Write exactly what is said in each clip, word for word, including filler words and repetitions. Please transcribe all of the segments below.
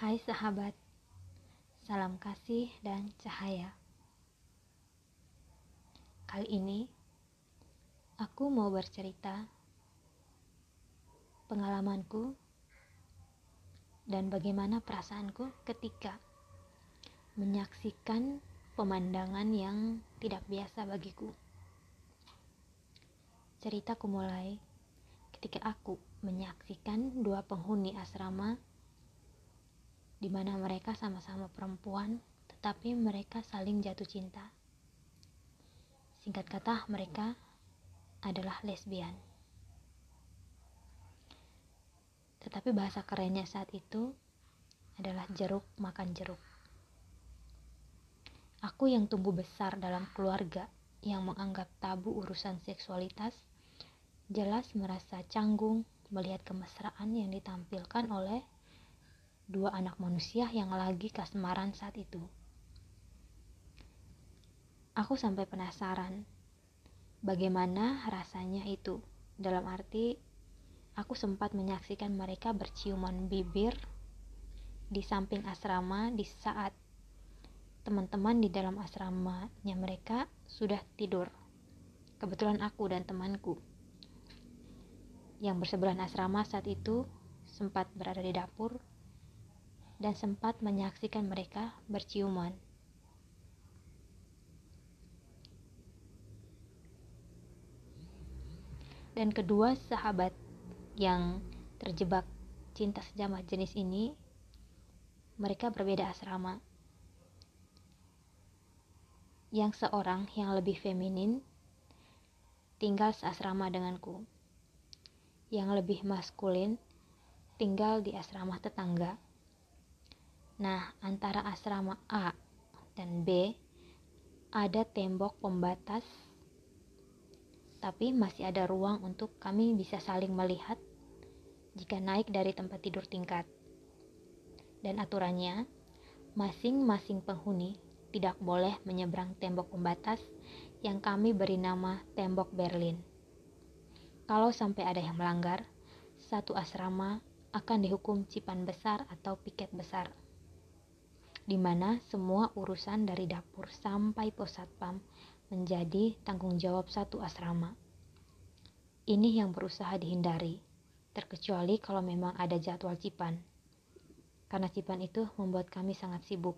Hai sahabat, salam kasih dan cahaya. Kali ini aku mau bercerita pengalamanku dan bagaimana perasaanku ketika menyaksikan pemandangan yang tidak biasa bagiku. Ceritaku mulai ketika aku menyaksikan dua penghuni asrama di mana mereka sama-sama perempuan, tetapi mereka saling jatuh cinta. Singkat kata, mereka adalah lesbian. Tetapi bahasa kerennya saat itu adalah jeruk makan jeruk. Aku yang tumbuh besar dalam keluarga yang menganggap tabu urusan seksualitas, jelas merasa canggung melihat kemesraan yang ditampilkan oleh dua anak manusia yang lagi kasmaran saat itu. Aku sampai penasaran bagaimana rasanya itu, dalam arti aku sempat menyaksikan mereka berciuman bibir di samping asrama di saat teman-teman di dalam asramanya mereka sudah tidur. Kebetulan aku dan temanku yang bersebelahan asrama saat itu sempat berada di dapur dan sempat menyaksikan mereka berciuman. Dan kedua sahabat yang terjebak cinta sejama jenis ini, mereka berbeda asrama. Yang seorang yang lebih feminin tinggal seasrama denganku. Yang lebih maskulin tinggal di asrama tetangga. Nah, antara asrama A dan B ada tembok pembatas, tapi masih ada ruang untuk kami bisa saling melihat jika naik dari tempat tidur tingkat. Dan aturannya, masing-masing penghuni tidak boleh menyeberang tembok pembatas yang kami beri nama tembok Berlin. Kalau sampai ada yang melanggar, satu asrama akan dihukum cipan besar atau piket besar, di mana semua urusan dari dapur sampai pos satpam menjadi tanggung jawab satu asrama. Ini yang berusaha dihindari, terkecuali kalau memang ada jadwal cipan, karena cipan itu membuat kami sangat sibuk.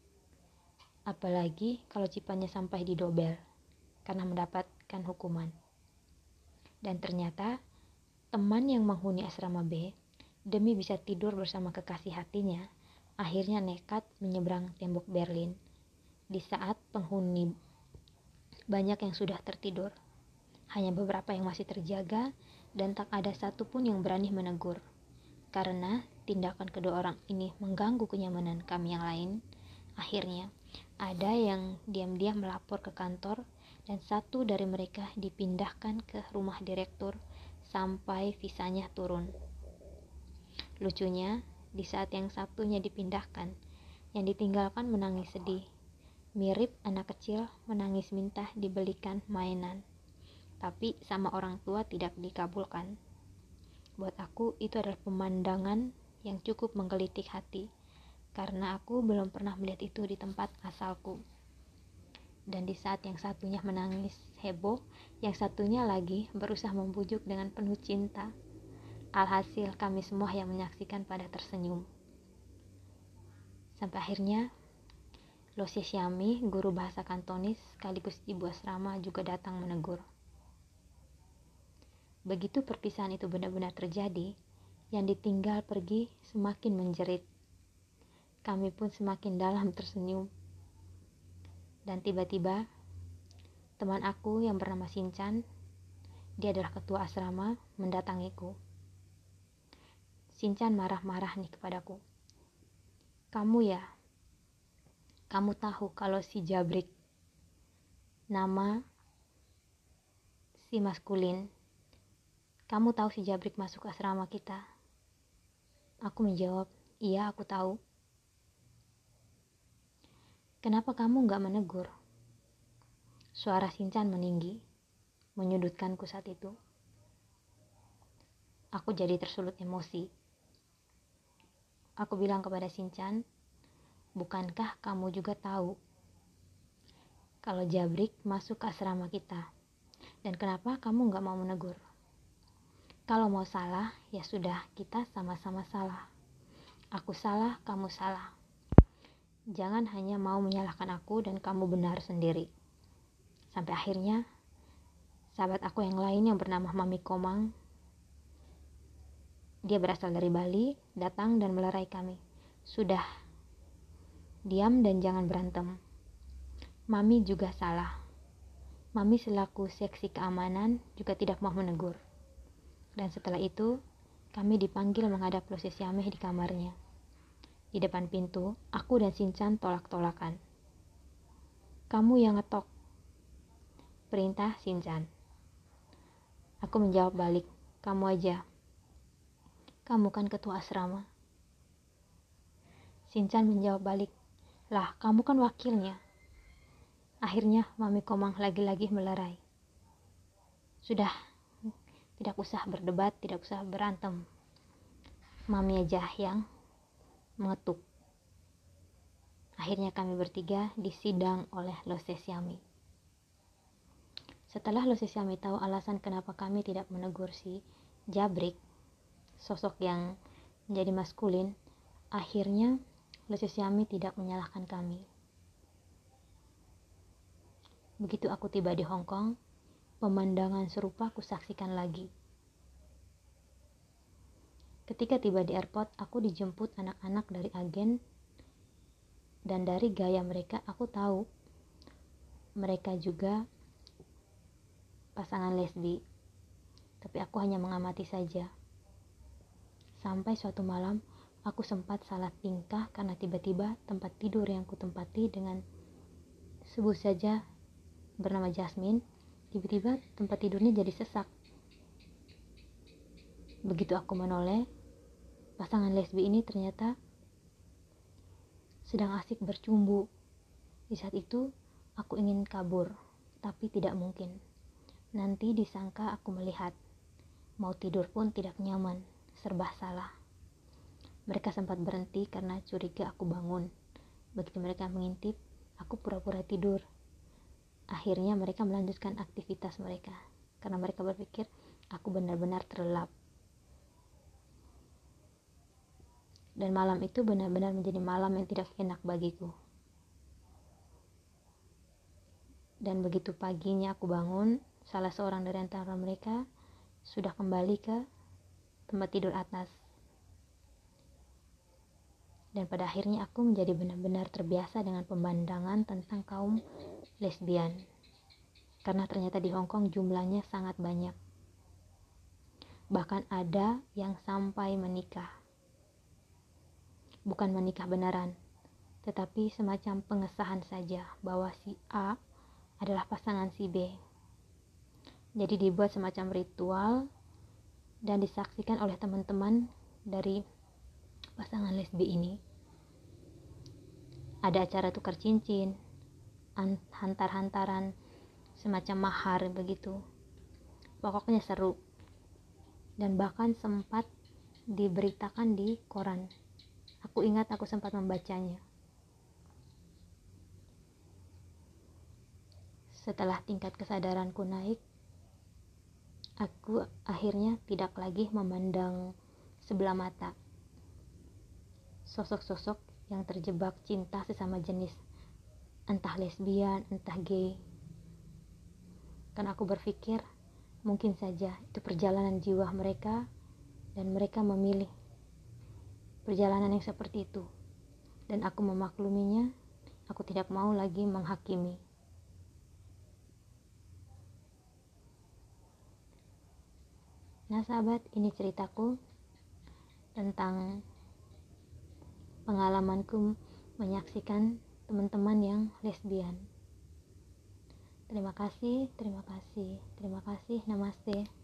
Apalagi kalau cipannya sampai didobel, karena mendapatkan hukuman. Dan ternyata, teman yang menghuni asrama B, demi bisa tidur bersama kekasih hatinya, akhirnya nekat menyeberang tembok Berlin di saat penghuni banyak yang sudah tertidur. Hanya beberapa yang masih terjaga dan tak ada satupun yang berani menegur. Karena tindakan kedua orang ini mengganggu kenyamanan kami yang lain, akhirnya ada yang diam-diam melapor ke kantor dan satu dari mereka dipindahkan ke rumah direktur sampai visanya turun. Lucunya, di saat yang satunya dipindahkan, yang ditinggalkan menangis sedih. Mirip anak kecil menangis minta dibelikan mainan, tapi sama orang tua tidak dikabulkan. Buat aku itu adalah pemandangan yang cukup menggelitik hati, karena aku belum pernah melihat itu di tempat asalku. Dan di saat yang satunya menangis heboh, yang satunya lagi berusaha membujuk dengan penuh cinta. Alhasil kami semua yang menyaksikan pada tersenyum. Sampai akhirnya Losie Syami, guru bahasa Kantonis sekaligus ibu asrama, juga datang menegur. Begitu perpisahan itu benar-benar terjadi, yang ditinggal pergi semakin menjerit. Kami pun semakin dalam tersenyum. Dan tiba-tiba, teman aku yang bernama Sinchan, dia adalah ketua asrama, mendatangiku. Sinchan marah-marah nih kepadaku. Kamu ya? Kamu tahu kalau si Jabrik, nama si maskulin, kamu tahu si Jabrik masuk asrama kita? Aku menjawab, iya aku tahu. Kenapa kamu gak menegur? Suara Sinchan meninggi, menyudutkanku saat itu. Aku jadi tersulut emosi. aku bilang kepada Shinchan, bukankah kamu juga tahu kalau Jabrik masuk ke asrama kita? Dan kenapa kamu gak mau menegur? Kalau mau salah, ya sudah, kita sama-sama salah. Aku salah, kamu salah. Jangan hanya mau menyalahkan aku dan kamu benar sendiri. Sampai akhirnya, sahabat aku yang lain yang bernama Mami Komang, dia berasal dari Bali, datang dan melerai kami. Sudah, diam dan jangan berantem. Mami juga salah. Mami selaku seksi keamanan juga tidak mau menegur. Dan setelah itu, kami dipanggil menghadap Lo Se Siameh di kamarnya. Di depan pintu, aku dan Shinchan tolak-tolakan. Kamu yang ngetok, perintah Shinchan. Aku menjawab balik, kamu aja. Kamu kan ketua asrama. Shinchan menjawab balik, lah kamu kan wakilnya. Akhirnya Mami Komang lagi-lagi melerai. Sudah, tidak usah berdebat, tidak usah berantem. Mami aja yang mengetuk. Akhirnya kami bertiga disidang oleh Lo Se Siameh. Setelah Lo Se Siameh tahu alasan kenapa kami tidak menegur si Jabrik, sosok yang menjadi maskulin, akhirnya Lo Se Siameh tidak menyalahkan kami. Begitu aku tiba di Hong Kong, pemandangan serupa kusaksikan lagi. Ketika tiba di airport, aku dijemput anak-anak dari agen, dan dari gaya mereka aku tahu mereka juga pasangan lesbi. Tapi aku hanya mengamati saja. Sampai suatu malam, aku sempat salah tingkah karena tiba-tiba tempat tidur yang kutempati dengan sebut saja bernama Jasmine, tiba-tiba tempat tidurnya jadi sesak. Begitu aku menoleh, pasangan lesbi ini ternyata sedang asik bercumbu. Di saat itu, aku ingin kabur, tapi tidak mungkin. Nanti disangka aku melihat. Mau tidur pun tidak nyaman, serba salah. Mereka sempat berhenti karena curiga aku bangun. Begitu mereka mengintip, aku pura-pura tidur. Akhirnya mereka melanjutkan aktivitas mereka, karena mereka berpikir aku benar-benar terlelap. Dan malam itu benar-benar menjadi malam yang tidak enak bagiku. Dan begitu paginya aku bangun, salah seorang dari antara mereka sudah kembali ke tempat tidur atas. Dan pada akhirnya aku menjadi benar-benar terbiasa dengan pemandangan tentang kaum lesbian. Karena ternyata di Hong Kong jumlahnya sangat banyak. Bahkan ada yang sampai menikah. Bukan menikah beneran, tetapi semacam pengesahan saja bahwa si A adalah pasangan si B. Jadi dibuat semacam ritual dan disaksikan oleh teman-teman dari pasangan lesbi ini. Ada acara tukar cincin, hantar-hantaran, semacam mahar begitu. Pokoknya seru. Dan bahkan sempat diberitakan di koran. Aku ingat aku sempat membacanya. Setelah tingkat kesadaranku naik, aku akhirnya tidak lagi memandang sebelah mata sosok-sosok yang terjebak cinta sesama jenis, entah lesbian, entah gay. Karena aku berpikir mungkin saja itu perjalanan jiwa mereka dan mereka memilih perjalanan yang seperti itu, dan aku memakluminya. Aku tidak mau lagi menghakimi. Nah sahabat, ini ceritaku tentang pengalamanku menyaksikan teman-teman yang lesbian. Terima kasih, terima kasih, terima kasih, namaste.